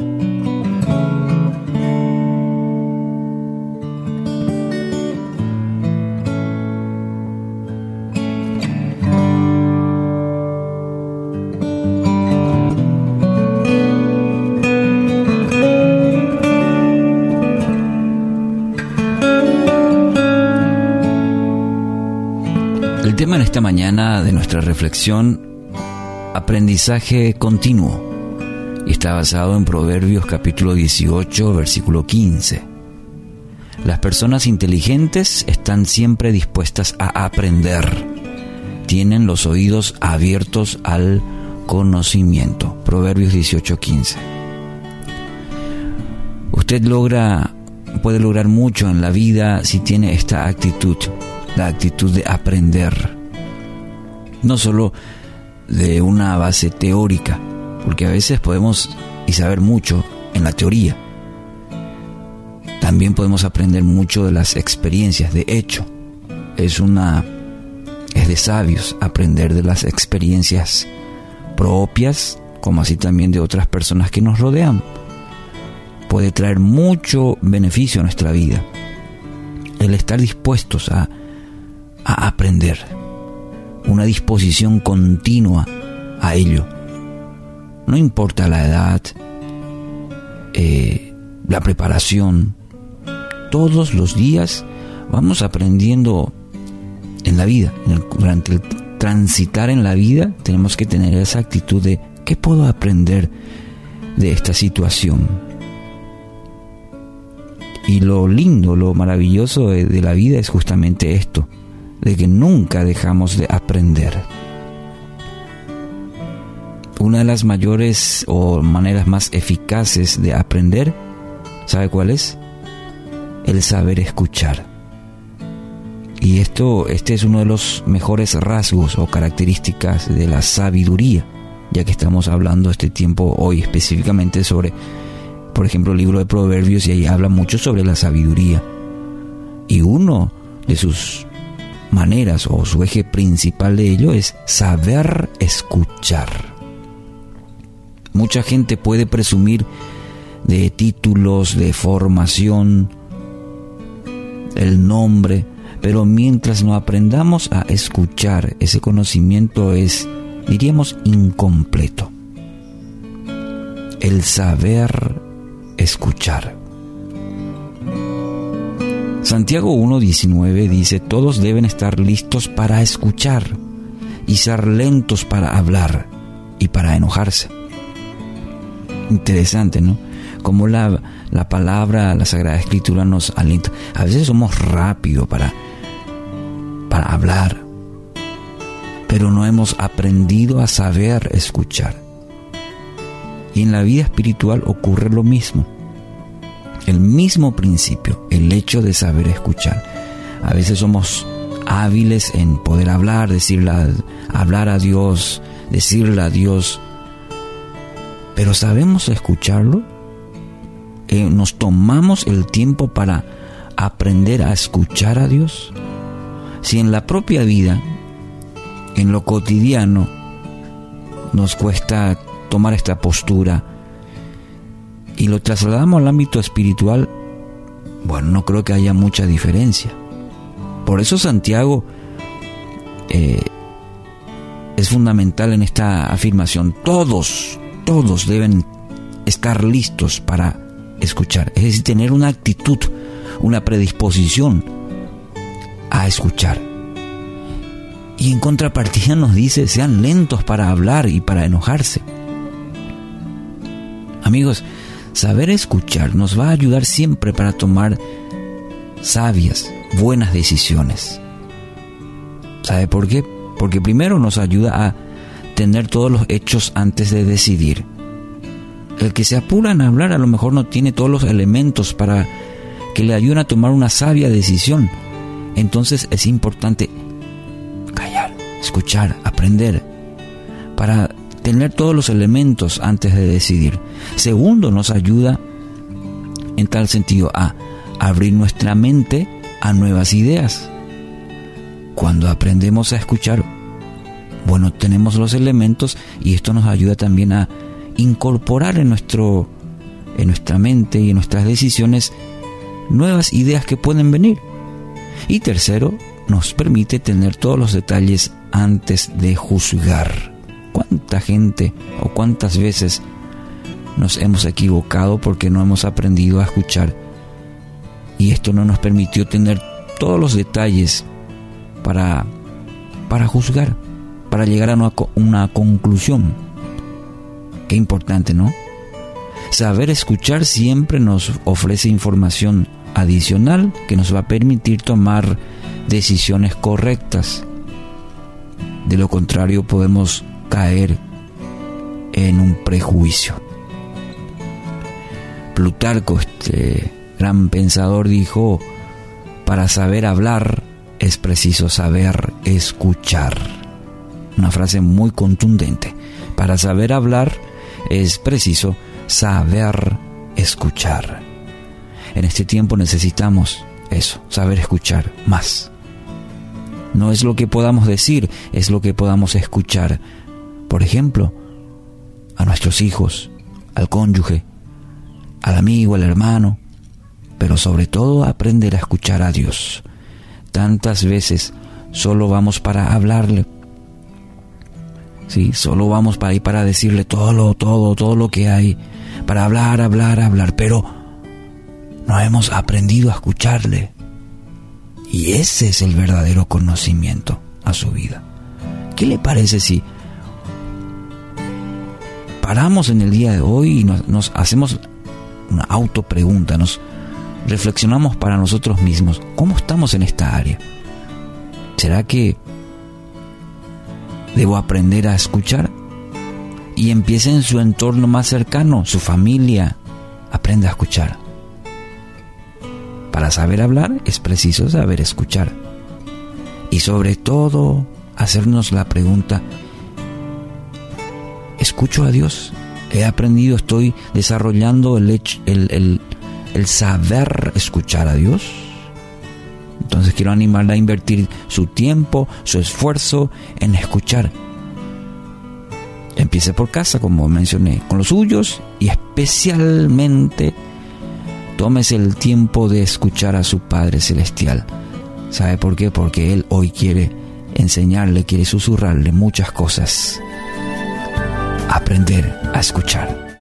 El tema en esta mañana de nuestra reflexión, aprendizaje continuo, y está basado en Proverbios capítulo 18, versículo 15. Las personas inteligentes están siempre dispuestas a aprender. Tienen los oídos abiertos al conocimiento. Proverbios 18, 15. Usted puede lograr mucho en la vida si tiene esta actitud. La actitud de aprender, no solo de una base teórica, porque a veces podemos saber mucho en la teoría. También podemos aprender mucho de las experiencias. De hecho, es de sabios aprender de las experiencias propias, como así también de otras personas que nos rodean. Puede traer mucho beneficio a nuestra vida el estar dispuestos a aprender, una disposición continua a ello. No importa la edad, la preparación, todos los días vamos aprendiendo en la vida. Durante el transitar en la vida tenemos que tener esa actitud de ¿qué puedo aprender de esta situación? Y lo lindo, lo maravilloso de la vida es justamente esto, de que nunca dejamos de aprender. Una de las mayores o maneras más eficaces de aprender, ¿sabe cuál es? El saber escuchar. Y este es uno de los mejores rasgos o características de la sabiduría, ya que estamos hablando este tiempo hoy específicamente sobre, por ejemplo, el libro de Proverbios, y ahí habla mucho sobre la sabiduría. Y uno de sus maneras o su eje principal de ello es saber escuchar. Mucha gente puede presumir de títulos, de formación, el nombre, pero mientras no aprendamos a escuchar, ese conocimiento es, diríamos, incompleto. El saber escuchar. Santiago 1:19 dice: todos deben estar listos para escuchar y ser lentos para hablar y para enojarse. Interesante, ¿no? Como la palabra, la Sagrada Escritura nos alienta. A veces somos rápidos para hablar, pero no hemos aprendido a saber escuchar. Y en la vida espiritual ocurre lo mismo. El mismo principio, el hecho de saber escuchar. A veces somos hábiles en poder hablar, hablar a Dios, decirle a Dios, pero ¿sabemos escucharlo? ¿Nos tomamos el tiempo para aprender a escuchar a Dios? Si en la propia vida, en lo cotidiano, nos cuesta tomar esta postura y lo trasladamos al ámbito espiritual, bueno, no creo que haya mucha diferencia. Por eso Santiago es fundamental en esta afirmación. Todos deben estar listos para escuchar, es decir, tener una actitud, una predisposición a escuchar. Y en contrapartida nos dice: sean lentos para hablar y para enojarse. Amigos, saber escuchar nos va a ayudar siempre para tomar sabias, buenas decisiones. ¿Sabe por qué? Porque primero nos ayuda a tener todos los hechos antes de decidir. El que se apura en hablar a lo mejor no tiene todos los elementos para que le ayuden a tomar una sabia decisión. Entonces es importante callar, escuchar, aprender, para tener todos los elementos antes de decidir. Segundo, nos ayuda en tal sentido a abrir nuestra mente a nuevas ideas. Cuando aprendemos a escuchar, bueno, tenemos los elementos y esto nos ayuda también a incorporar en nuestro en nuestra mente y en nuestras decisiones nuevas ideas que pueden venir. Y tercero, nos permite tener todos los detalles antes de juzgar. ¿Cuánta gente o cuántas veces nos hemos equivocado porque no hemos aprendido a escuchar? Y esto no nos permitió tener todos los detalles para juzgar, para llegar a una conclusión. Qué importante, ¿no? Saber escuchar siempre nos ofrece información adicional que nos va a permitir tomar decisiones correctas. De lo contrario, podemos caer en un prejuicio. Plutarco, este gran pensador, dijo: para saber hablar es preciso saber escuchar. Una frase muy contundente. Para saber hablar es preciso saber escuchar. En este tiempo necesitamos eso, saber escuchar más. No es lo que podamos decir, es lo que podamos escuchar. Por ejemplo, a nuestros hijos, al cónyuge, al amigo, al hermano, pero sobre todo aprender a escuchar a Dios. Tantas veces solo vamos para hablarle. Sí, solo vamos para ir para decirle todo lo que hay, para hablar, pero no hemos aprendido a escucharle. Y ese es el verdadero conocimiento a su vida. ¿Qué le parece si paramos en el día de hoy y nos hacemos una autopregunta, nos reflexionamos para nosotros mismos? ¿Cómo estamos en esta área? ¿Será que debo aprender a escuchar? Y empiece en su entorno más cercano, su familia. Aprenda a escuchar. Para saber hablar es preciso saber escuchar. Y sobre todo, hacernos la pregunta: ¿escucho a Dios? ¿He aprendido, estoy desarrollando el saber escuchar a Dios? Entonces quiero animarla a invertir su tiempo, su esfuerzo en escuchar. Empiece por casa, como mencioné, con los suyos, y especialmente tómese el tiempo de escuchar a su Padre Celestial. ¿Sabe por qué? Porque Él hoy quiere enseñarle, quiere susurrarle muchas cosas. Aprender a escuchar.